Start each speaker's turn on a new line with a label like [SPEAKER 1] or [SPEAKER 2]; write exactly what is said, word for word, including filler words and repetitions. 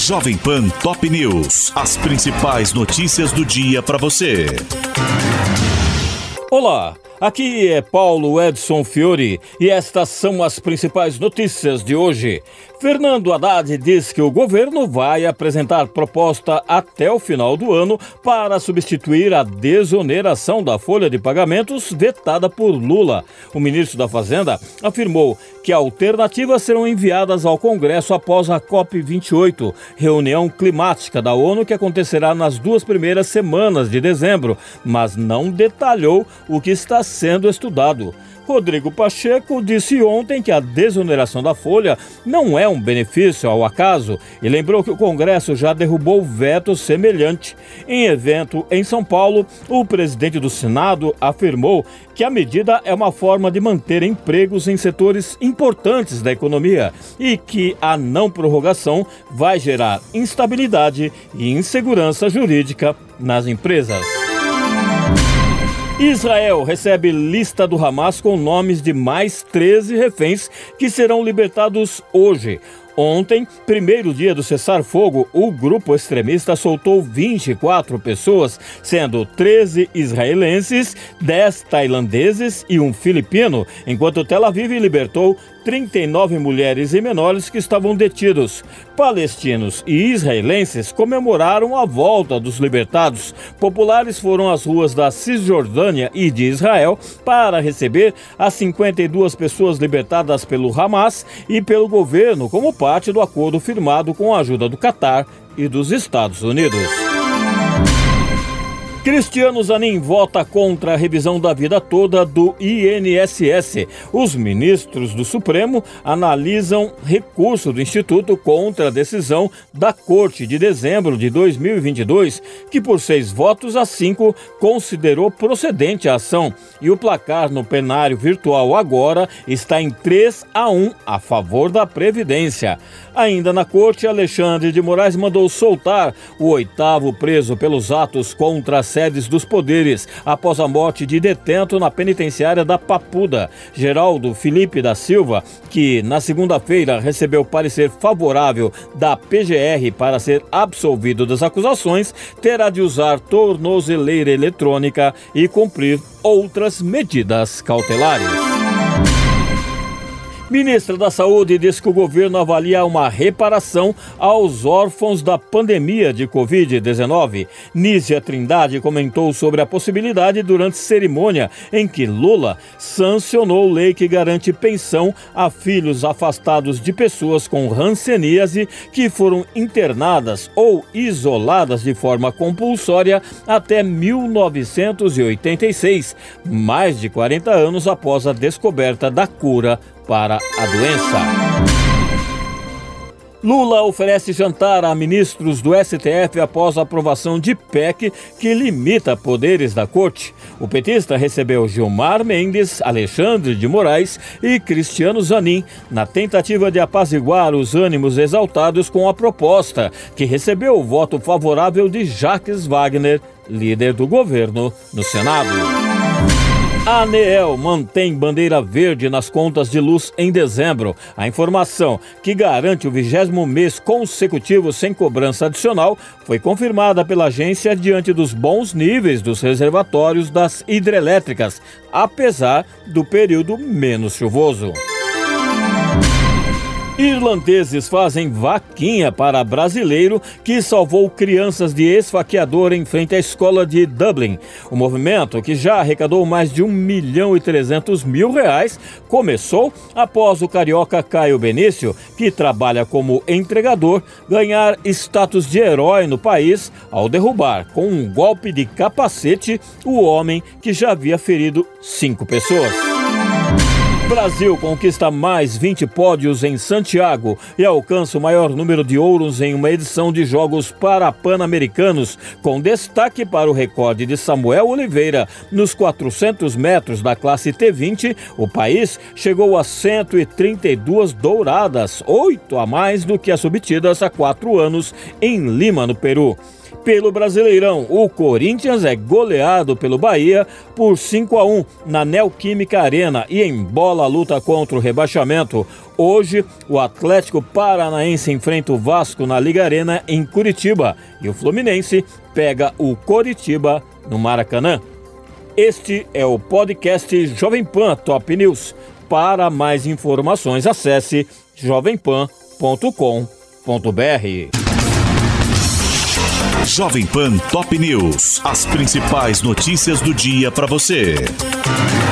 [SPEAKER 1] Jovem Pan Top News. As principais notícias do dia para você.
[SPEAKER 2] Olá, aqui é Paulo Edson Fiore e estas são as principais notícias de hoje. Fernando Haddad diz que o governo vai apresentar proposta até o final do ano para substituir a desoneração da folha de pagamentos vetada por Lula. O ministro da Fazenda afirmou que alternativas serão enviadas ao Congresso após a COP vinte e oito, reunião climática da ONU que acontecerá nas duas primeiras semanas de dezembro, mas não detalhou o que está sendo estudado. Rodrigo Pacheco disse ontem que a desoneração da folha não é um benefício ao acaso e lembrou que o Congresso já derrubou veto semelhante. Em evento em São Paulo, o presidente do Senado afirmou que a medida é uma forma de manter empregos em setores importantes da economia e que a não prorrogação vai gerar instabilidade e insegurança jurídica nas empresas. Israel recebe lista do Hamas com nomes de mais treze reféns que serão libertados hoje. Ontem, primeiro dia do cessar-fogo, o grupo extremista soltou vinte e quatro pessoas, sendo treze israelenses, dez tailandeses e um filipino, enquanto Tel Aviv libertou trinta e nove mulheres e menores que estavam detidos. Palestinos e israelenses comemoraram a volta dos libertados. Populares foram às ruas da Cisjordânia e de Israel para receber as cinquenta e duas pessoas libertadas pelo Hamas e pelo governo como parte do acordo firmado com a ajuda do Catar e dos Estados Unidos. Cristiano Zanin vota contra a revisão da vida toda do I N S S. Os ministros do Supremo analisam recurso do Instituto contra a decisão da Corte de dezembro de dois mil e vinte e dois, que por seis votos a cinco considerou procedente a ação. E o placar no plenário virtual agora está em três a um a favor da Previdência. Ainda na Corte, Alexandre de Moraes mandou soltar o oitavo preso pelos atos contra as sedes dos poderes após a morte de detento na penitenciária da Papuda. Geraldo Felipe da Silva, que na segunda-feira recebeu parecer favorável da P G R para ser absolvido das acusações, terá de usar tornozeleira eletrônica e cumprir outras medidas cautelares. Ministra da Saúde diz que o governo avalia uma reparação aos órfãos da pandemia de covid dezenove. Nízia Trindade comentou sobre a possibilidade durante cerimônia em que Lula sancionou lei que garante pensão a filhos afastados de pessoas com hanseníase que foram internadas ou isoladas de forma compulsória até mil novecentos e oitenta e seis, mais de quarenta anos após a descoberta da cura para a doença. Lula oferece jantar a ministros do S T F após a aprovação de P E C que limita poderes da corte. O petista recebeu Gilmar Mendes, Alexandre de Moraes e Cristiano Zanin na tentativa de apaziguar os ânimos exaltados com a proposta, que recebeu o voto favorável de Jacques Wagner, líder do governo no Senado. A ANEEL mantém bandeira verde nas contas de luz em dezembro. A informação, que garante o vigésimo mês consecutivo sem cobrança adicional, foi confirmada pela agência diante dos bons níveis dos reservatórios das hidrelétricas, apesar do período menos chuvoso. Irlandeses fazem vaquinha para brasileiro que salvou crianças de esfaqueador em frente à escola de Dublin. O movimento, que já arrecadou mais de um milhão e trezentos mil reais, começou após o carioca Caio Benício, que trabalha como entregador, ganhar status de herói no país ao derrubar, com um golpe de capacete, o homem que já havia ferido cinco pessoas. Brasil conquista mais vinte pódios em Santiago e alcança o maior número de ouros em uma edição de Jogos Parapan-Americanos, com destaque para o recorde de Samuel Oliveira. Nos quatrocentos metros da classe T vinte, o país chegou a cento e trinta e duas douradas, oito a mais do que as obtidas há quatro anos em Lima, no Peru. Pelo Brasileirão, o Corinthians é goleado pelo Bahia por cinco a um na Neoquímica Arena e embola a luta contra o rebaixamento. Hoje, o Atlético Paranaense enfrenta o Vasco na Liga Arena em Curitiba e o Fluminense pega o Coritiba no Maracanã. Este é o podcast Jovem Pan Top News. Para mais informações, acesse jovem pan ponto com ponto b r.
[SPEAKER 1] Jovem Pan Top News. As principais notícias do dia para você.